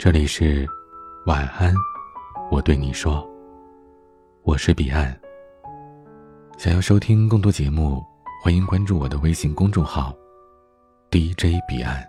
这里是晚安，我对你说，我是彼岸。想要收听更多节目，欢迎关注我的微信公众号 DJ 彼岸。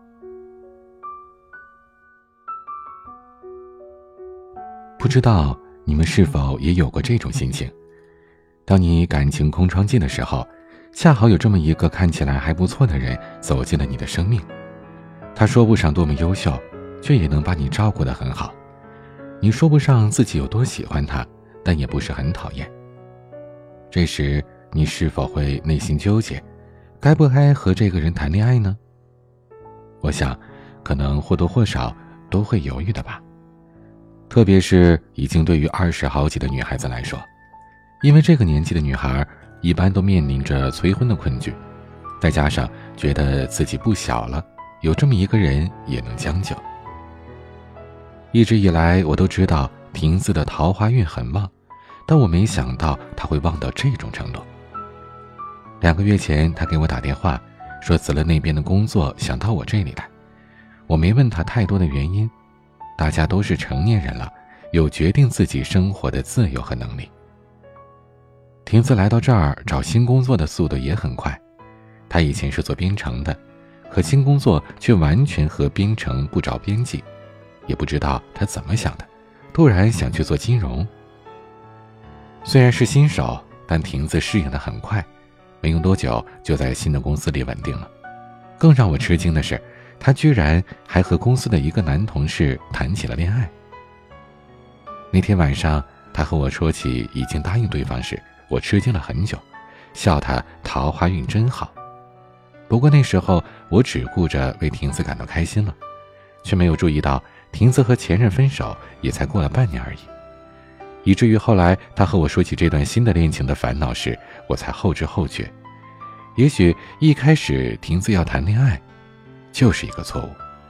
不知道你们是否也有过这种心情，当你感情空窗期的时候，恰好有这么一个看起来还不错的人走进了你的生命。他说不上多么优秀，却也能把你照顾得很好。你说不上自己有多喜欢他，但也不是很讨厌。这时你是否会内心纠结，该不该和这个人谈恋爱呢？我想可能或多或少都会犹豫的吧，特别是已经对于20好几的女孩子来说，因为这个年纪的女孩一般都面临着催婚的困局，再加上觉得自己不小了，有这么一个人也能将就。一直以来我都知道亭子的桃花运很旺，但我没想到他会旺到这种程度。2个月前他给我打电话说辞了那边的工作，想到我这里来。我没问他太多的原因，大家都是成年人了，有决定自己生活的自由和能力。亭子来到这儿找新工作的速度也很快，他以前是做编程的，可新工作却完全和编程不着边际，也不知道他怎么想的，突然想去做金融。虽然是新手，但亭子适应得很快，没用多久就在新的公司里稳定了。更让我吃惊的是，他居然还和公司的一个男同事谈起了恋爱。那天晚上他和我说起已经答应对方时，我吃惊了很久，笑他桃花运真好。不过那时候我只顾着为亭子感到开心了，却没有注意到亭子和前任分手也才过了半年而已，以至于后来他和我说起这段新的恋情的烦恼时，我才后知后觉。也许一开始亭子要谈恋爱就是一个错误。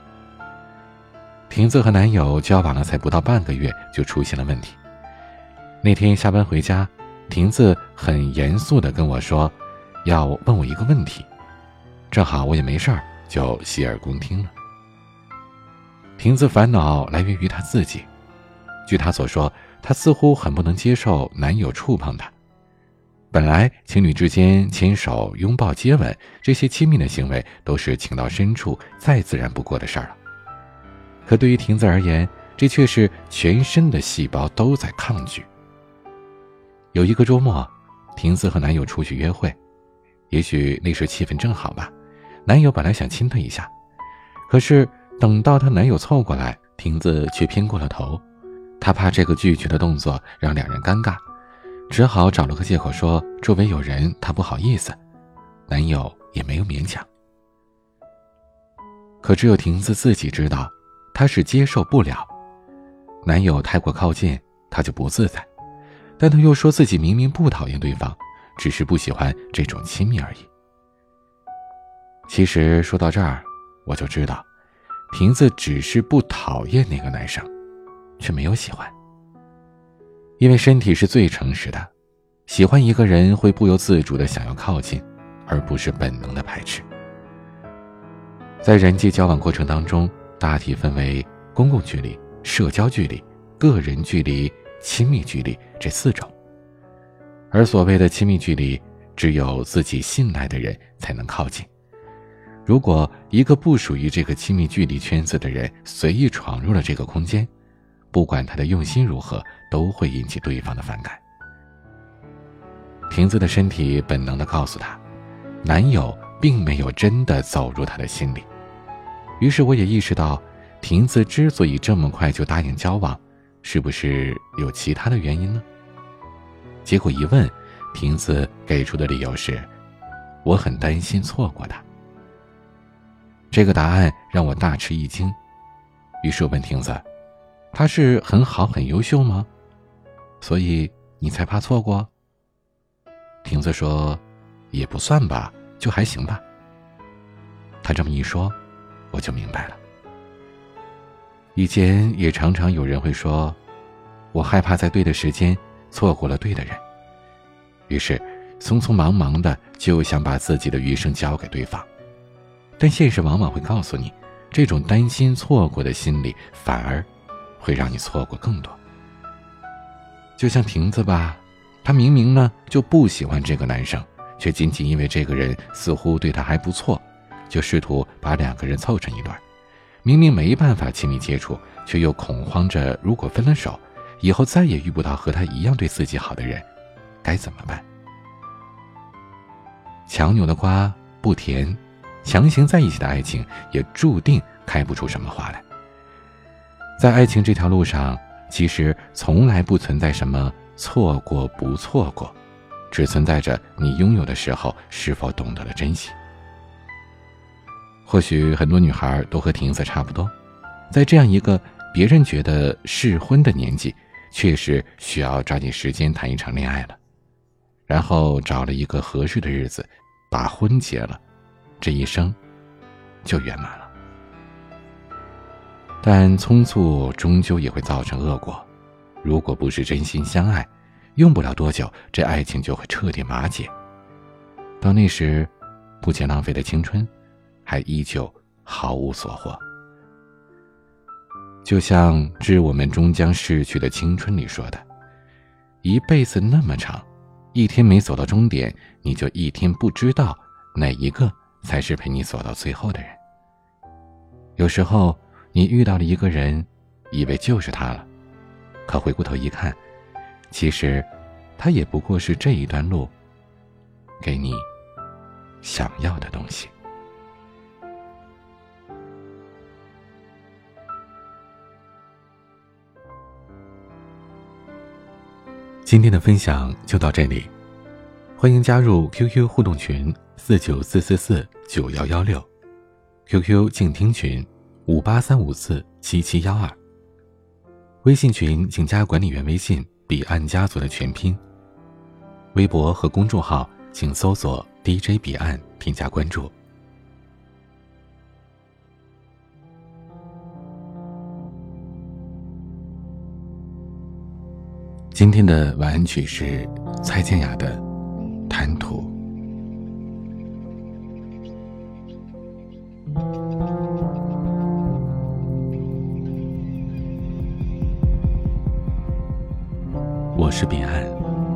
亭子和男友交往了才不到半个月就出现了问题。那天下班回家，亭子很严肃地跟我说要问我一个问题，正好我也没事儿，就洗耳恭听了。亭子烦恼来源于她自己，据她所说，她似乎很不能接受男友触碰她。本来情侣之间牵手、拥抱、接吻这些亲密的行为都是情到深处再自然不过的事儿了，可对于亭子而言，这却是全身的细胞都在抗拒。有一个周末，亭子和男友出去约会，也许那时气氛正好吧，男友本来想亲她一下，可是等到她男友凑过来，亭子却偏过了头。她怕这个拒绝的动作让两人尴尬，只好找了个借口说周围有人，她不好意思。男友也没有勉强。可只有亭子自己知道，她是接受不了男友太过靠近，她就不自在，但她又说自己明明不讨厌对方，只是不喜欢这种亲密而已。其实说到这儿，我就知道亭子只是不讨厌那个男生，却没有喜欢。因为身体是最诚实的，喜欢一个人会不由自主地想要靠近，而不是本能的排斥。在人际交往过程当中，大体分为公共距离、社交距离、个人距离、亲密距离这4种。而所谓的亲密距离，只有自己信赖的人才能靠近。如果一个不属于这个亲密距离圈子的人随意闯入了这个空间，不管他的用心如何，都会引起对方的反感。亭子的身体本能地告诉他，男友并没有真的走入他的心里。于是我也意识到，亭子之所以这么快就答应交往，是不是有其他的原因呢？结果一问，亭子给出的理由是，我很担心错过他。这个答案让我大吃一惊，于是我问亭子，他是很好很优秀吗？所以你才怕错过？亭子说，也不算吧，就还行吧。他这么一说，我就明白了。以前也常常有人会说，我害怕在对的时间错过了对的人，于是匆匆忙忙的就想把自己的余生交给对方。但现实往往会告诉你， 这种担心错过的心理反而会让你错过更多。就像瓶子吧，他明明呢就不喜欢这个男生，却仅仅因为这个人似乎对他还不错，就试图把两个人凑成一段。明明没办法亲密接触，却又恐慌着如果分了手，以后再也遇不到和他一样对自己好的人，该怎么办？强扭的瓜不甜，强行在一起的爱情也注定开不出什么花来。在爱情这条路上，其实从来不存在什么错过不错过，只存在着你拥有的时候是否懂得了珍惜。或许很多女孩都和婷子差不多，在这样一个别人觉得适婚的年纪，确实需要抓紧时间谈一场恋爱了，然后找了一个合适的日子把婚结了，这一生就圆满了。但匆促终究也会造成恶果，如果不是真心相爱，用不了多久，这爱情就会彻底瓦解。到那时，不仅浪费了青春，还依旧毫无所获。就像《致我们终将逝去的青春》里说的，一辈子那么长，一天没走到终点，你就一天不知道哪一个才是陪你走到最后的人。有时候你遇到了一个人，以为就是他了，可回过头一看，其实他也不过是这一段路给你想要的东西。今天的分享就到这里，欢迎加入 QQ 互动群494449116，QQ 静听群583547712，微信群请加管理员微信彼岸家族的全拼，微博和公众号请搜索 DJ 彼岸添加关注。今天的晚安曲是蔡健雅的《贪图》。我是彼岸，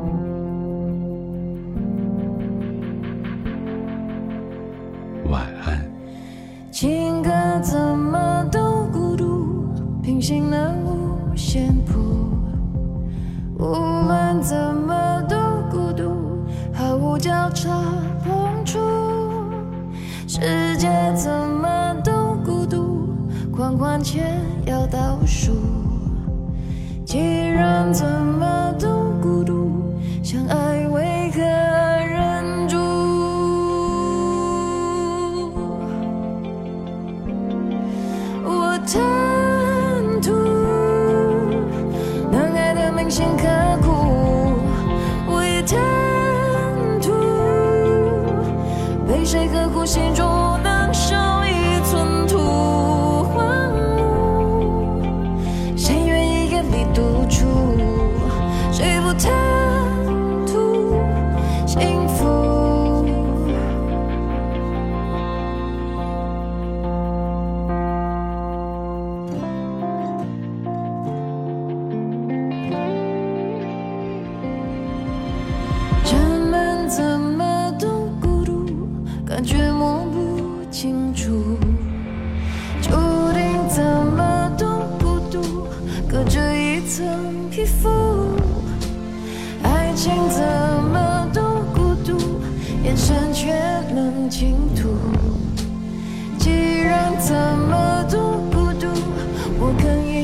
晚安。 情歌怎么都孤独，平行的五线谱，无论怎么都孤独，毫无交叉碰触。世界怎么都孤独，狂欢前要倒数。既然怎么都孤独，相爱为何忍住？我贪图能爱的铭心刻骨，我也贪图被谁呵护，心中能少一寸土。荒芜，谁愿意眼里独处？谁不贪图幸福？人们怎么都孤独，感觉摸不清楚，注定怎么都孤独，隔着一层皮肤。爱情怎么都孤独，眼神却能倾吐。既然怎么都孤独，我更